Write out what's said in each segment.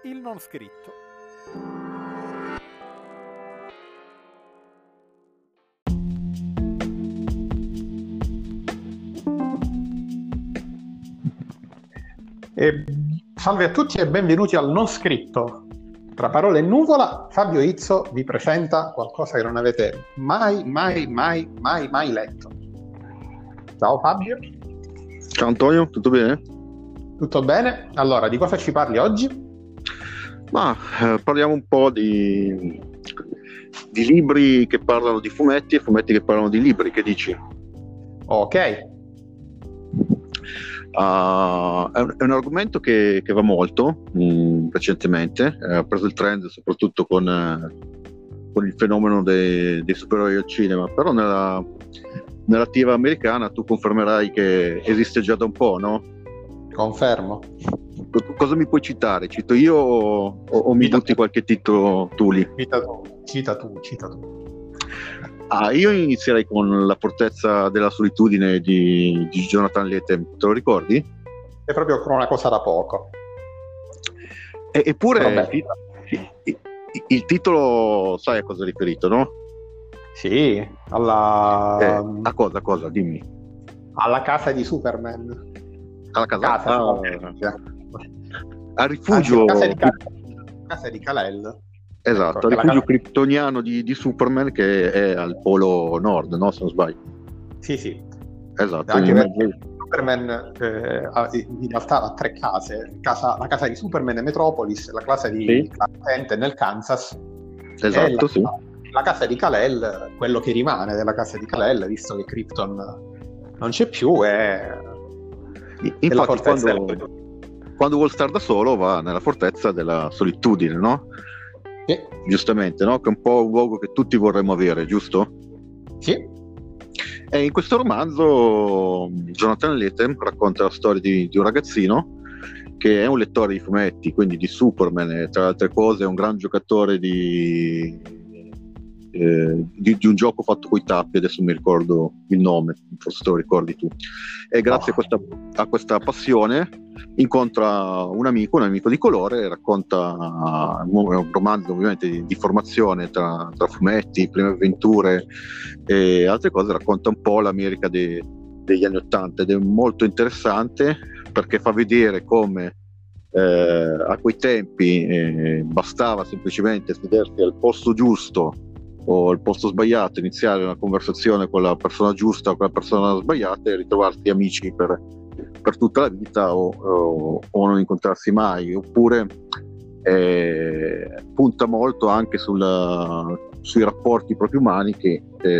Il non scritto. Salve a tutti e benvenuti al non scritto. Tra parole e nuvola, Fabio Izzo vi presenta qualcosa che non avete mai letto. Ciao Fabio. Ciao Antonio, tutto bene? Tutto bene? Allora, di cosa ci parli oggi? Parliamo un po' di libri che parlano di fumetti e fumetti che parlano di libri, che dici? Ok. È un argomento che va molto recentemente, ha preso il trend soprattutto con il fenomeno dei supereroi al cinema, però nella narrativa americana tu confermerai che esiste già da un po', no? Confermo. Cosa mi puoi citare? Cito io o mi butti qualche titolo tu lì? Cita tu. Io inizierei con La fortezza della solitudine di Jonathan Lethem, te lo ricordi? È proprio una cosa da poco. Eppure il titolo sai a cosa è riferito, no? Sì, alla... A cosa? Dimmi. Alla casa di Superman. Alla casa? Al rifugio... casa di Kal-El. Esatto, ecco, al rifugio kryptoniano di Superman che è al polo nord, no? Se non sbaglio. Sì. Esatto. Anche perché Superman in realtà ha tre case. La casa di Superman è Metropolis, la casa di Clark Kent è nel Kansas. Esatto, sì. La casa di Kal-El, quello che rimane della casa di Kal-El, visto che Krypton non c'è più, è la fortezza quando vuol stare da solo va nella fortezza della solitudine, no? Sì. Giustamente, no? Che è un po' un luogo che tutti vorremmo avere, giusto? Sì. E in questo romanzo Jonathan Lethem racconta la storia di un ragazzino che è un lettore di fumetti, quindi di Superman, e tra le altre cose è un gran giocatore di un gioco fatto coi tappi, adesso mi ricordo il nome, forse te lo ricordi tu. E grazie a questa passione incontra un amico di colore e racconta un romanzo ovviamente di formazione tra fumetti, prime avventure e altre cose, racconta un po' l'America degli anni '80 ed è molto interessante perché fa vedere come a quei tempi bastava semplicemente sedersi al posto giusto o al posto sbagliato, iniziare una conversazione con la persona giusta o con la persona sbagliata e ritrovarsi amici per tutta la vita o non incontrarsi mai, oppure punta molto anche sui rapporti proprio umani che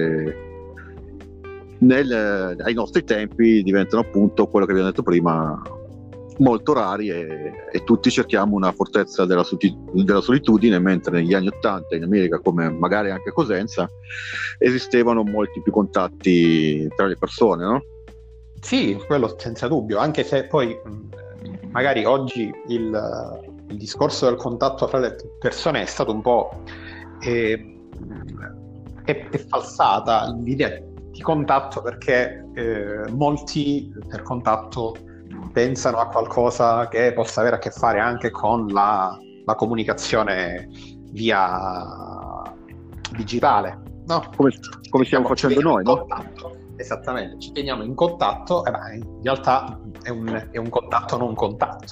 ai nostri tempi diventano appunto quello che abbiamo detto prima, molto rari e tutti cerchiamo una fortezza della solitudine, mentre negli anni '80 in America, come magari anche a Cosenza, esistevano molti più contatti tra le persone, no? Sì, quello senza dubbio, anche se poi magari oggi il discorso del contatto fra le persone è stato un po' è falsata l'idea di contatto, perché molti per contatto pensano a qualcosa che possa avere a che fare anche con la comunicazione via digitale, no? Come stiamo facendo noi, no? Esattamente, ci teniamo in contatto, ma in realtà è un contatto non contatto.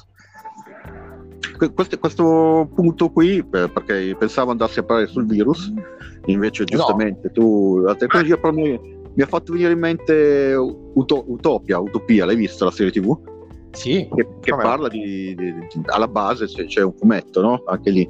Questo punto qui, perché pensavo andassi a parlare sul virus, invece giustamente tu la tecnologia però mi ha fatto venire in mente Utopia, l'hai vista la serie TV? Sì. Che parla alla base c'è un fumetto, no? Anche lì.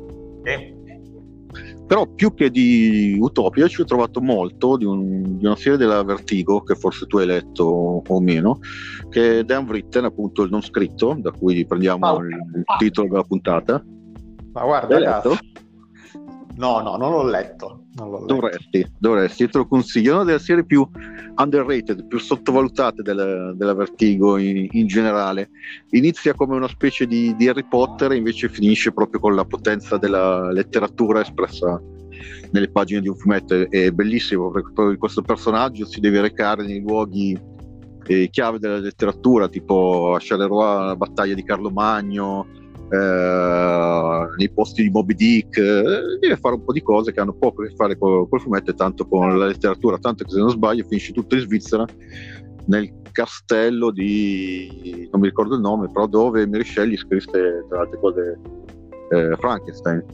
Però più che di Utopia ci ho trovato molto di una serie della Vertigo, che forse tu hai letto o meno, che è Dan Written, appunto il non scritto, da cui prendiamo il titolo della puntata. Ma guarda, l'hai letto? No, non l'ho letto. Dovresti, te lo consiglio. È una delle serie più underrated, più sottovalutate della Vertigo in generale. Inizia come una specie di Harry Potter e invece finisce proprio con la potenza della letteratura espressa nelle pagine di un fumetto. È bellissimo perché poi questo personaggio si deve recare nei luoghi chiave della letteratura, tipo a Charleroi la battaglia di Carlo Magno, nei posti di Moby Dick, deve fare un po' di cose che hanno poco a che fare col fumetto e tanto con la letteratura, tanto che se non sbaglio finisce tutto in Svizzera, nel castello di, non mi ricordo il nome, però dove Mary Shelley scrisse tra altre cose Frankenstein.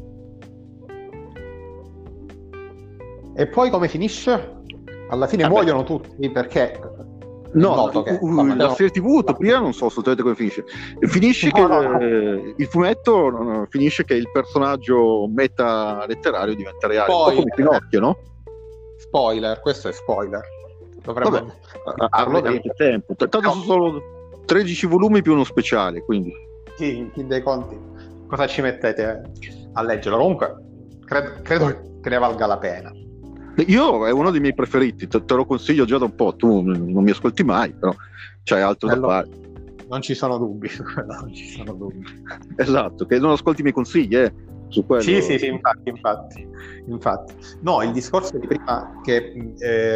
E poi come finisce? Alla fine muoiono tutti perché no, la serie TV Utopia non so assolutamente come finisce. Finisce che il fumetto finisce che il personaggio meta letterario diventa reale, un po' come Pinocchio, no? Spoiler, questo è spoiler. Dovremmo avere tempo. Tanto sono solo 13 volumi più uno speciale, quindi sì, in fin dei conti cosa ci mettete a leggerlo? Comunque credo che ne valga la pena. Io è uno dei miei preferiti, te lo consiglio già da un po', tu non mi ascolti mai, però c'hai altro da fare. Non ci sono dubbi, non ci sono dubbi. Esatto, che non ascolti i miei consigli, su quello. Sì, infatti. No, il discorso di prima che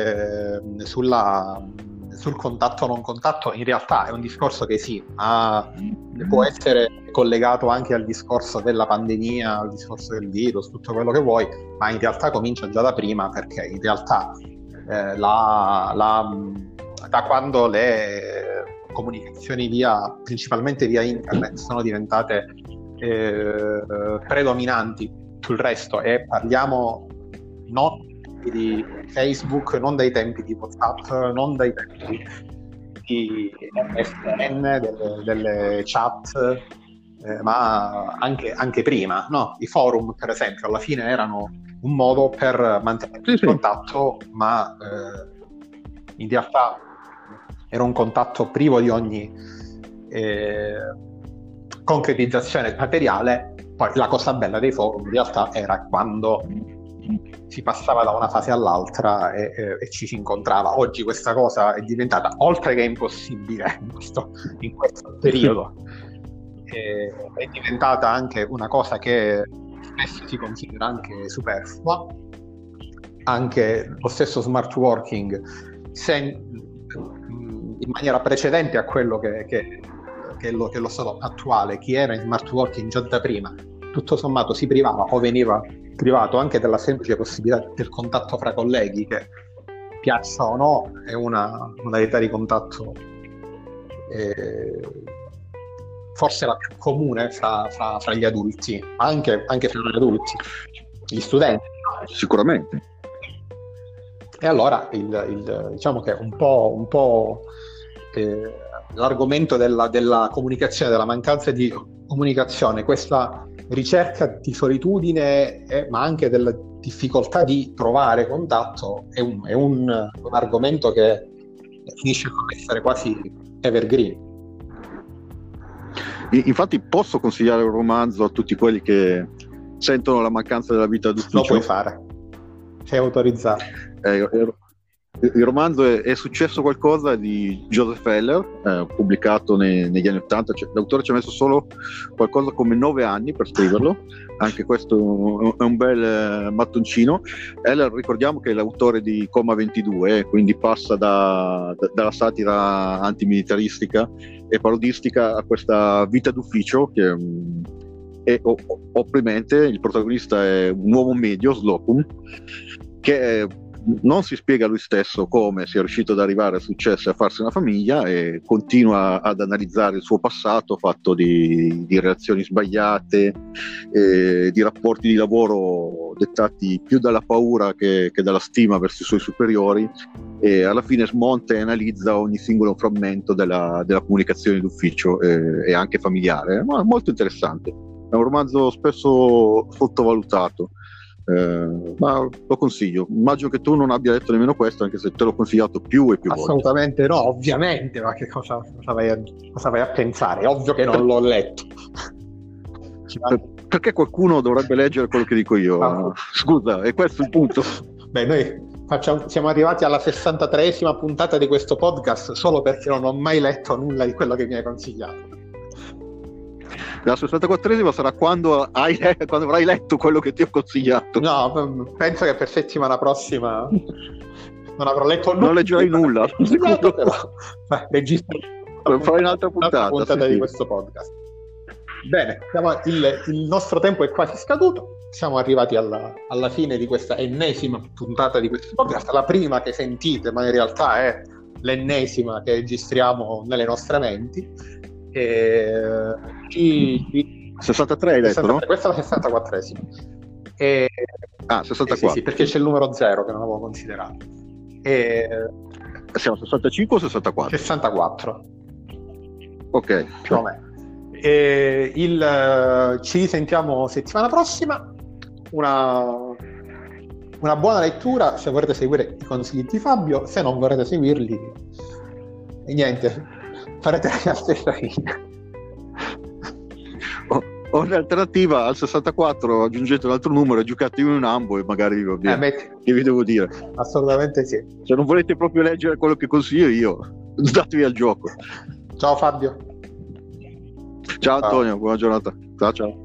sul contatto non contatto in realtà è un discorso che sì, può essere collegato anche al discorso della pandemia, al discorso del virus, tutto quello che vuoi, ma in realtà comincia già da prima, perché in realtà da quando le comunicazioni principalmente via internet sono diventate predominanti sul resto, e parliamo non di Facebook, non dai tempi di WhatsApp, non dai tempi di MSN, delle chat, ma anche prima, no? I forum, per esempio, alla fine erano un modo per mantenere il contatto, ma in realtà era un contatto privo di ogni concretizzazione materiale. Poi la cosa bella dei forum in realtà era quando si passava da una fase all'altra e ci si incontrava. Oggi questa cosa è diventata, oltre che impossibile in questo periodo, è diventata anche una cosa che spesso si considera anche superflua. Anche lo stesso smart working, in maniera precedente a quello che è lo stato attuale, chi era in smart working già da prima, tutto sommato si privava o veniva privato anche della semplice possibilità del contatto fra colleghi, che piaccia o no è una modalità di contatto forse la più comune fra gli adulti, anche fra gli adulti, gli studenti sicuramente. E allora diciamo che un po' l'argomento della comunicazione, della mancanza di comunicazione, questa ricerca di solitudine, ma anche della difficoltà di trovare contatto, è un argomento che finisce con essere quasi evergreen. Infatti posso consigliare un romanzo a tutti quelli che sentono la mancanza della vita d'ufficio? Lo puoi fare, sei autorizzato. Il romanzo è Successo qualcosa di Joseph Heller, pubblicato negli anni '80. L'autore ci ha messo solo qualcosa come 9 anni per scriverlo, anche questo è un bel mattoncino. Heller, ricordiamo che è l'autore di Coma 22, quindi passa dalla satira antimilitaristica e parodistica a questa vita d'ufficio che è opprimente. Il protagonista è un uomo medio, Slocum, che non si spiega lui stesso come sia riuscito ad arrivare al successo e a farsi una famiglia, e continua ad analizzare il suo passato fatto di relazioni sbagliate, di rapporti di lavoro dettati più dalla paura che dalla stima verso i suoi superiori, e alla fine smonta e analizza ogni singolo frammento della comunicazione d'ufficio e anche familiare. Ma è molto interessante, è un romanzo spesso sottovalutato. Ma lo consiglio. Immagino che tu non abbia letto nemmeno questo, anche se te l'ho consigliato più e più Assolutamente volte. No, ovviamente, ma che cosa vai a pensare? È ovvio che non l'ho letto. Perché qualcuno dovrebbe leggere quello che dico io? Scusa, è questo il punto. Beh, noi siamo arrivati alla 63esima puntata di questo podcast solo perché non ho mai letto nulla di quello che mi hai consigliato. La 64esima sarà quando avrai letto quello che ti ho consigliato. No, penso che per settimana prossima non avrò letto nulla. Non leggerai nulla. Registro farai un'altra puntata di questo podcast. Bene, il nostro tempo è quasi scaduto. Siamo arrivati alla fine di questa ennesima puntata di questo podcast, la prima che sentite, ma in realtà è l'ennesima che registriamo nelle nostre menti. 63 hai detto, 63, no? questa è la 64esima. 64. Sì, perché c'è il numero 0 che non avevo considerato. Siamo 65 o 64? 64. Ok. Più o meno. Ci risentiamo settimana prossima. Una buona lettura se vorrete seguire i consigli di Fabio, se non vorrete seguirli, e niente, farete la stessa fine. O un'alternativa al 64 aggiungete un altro numero e giocate in un ambo e magari vi va bene. Che vi devo dire? Assolutamente sì. Se non volete proprio leggere quello che consiglio io, datevi al gioco. Ciao Fabio. Ciao Antonio, buona giornata. Ciao ciao.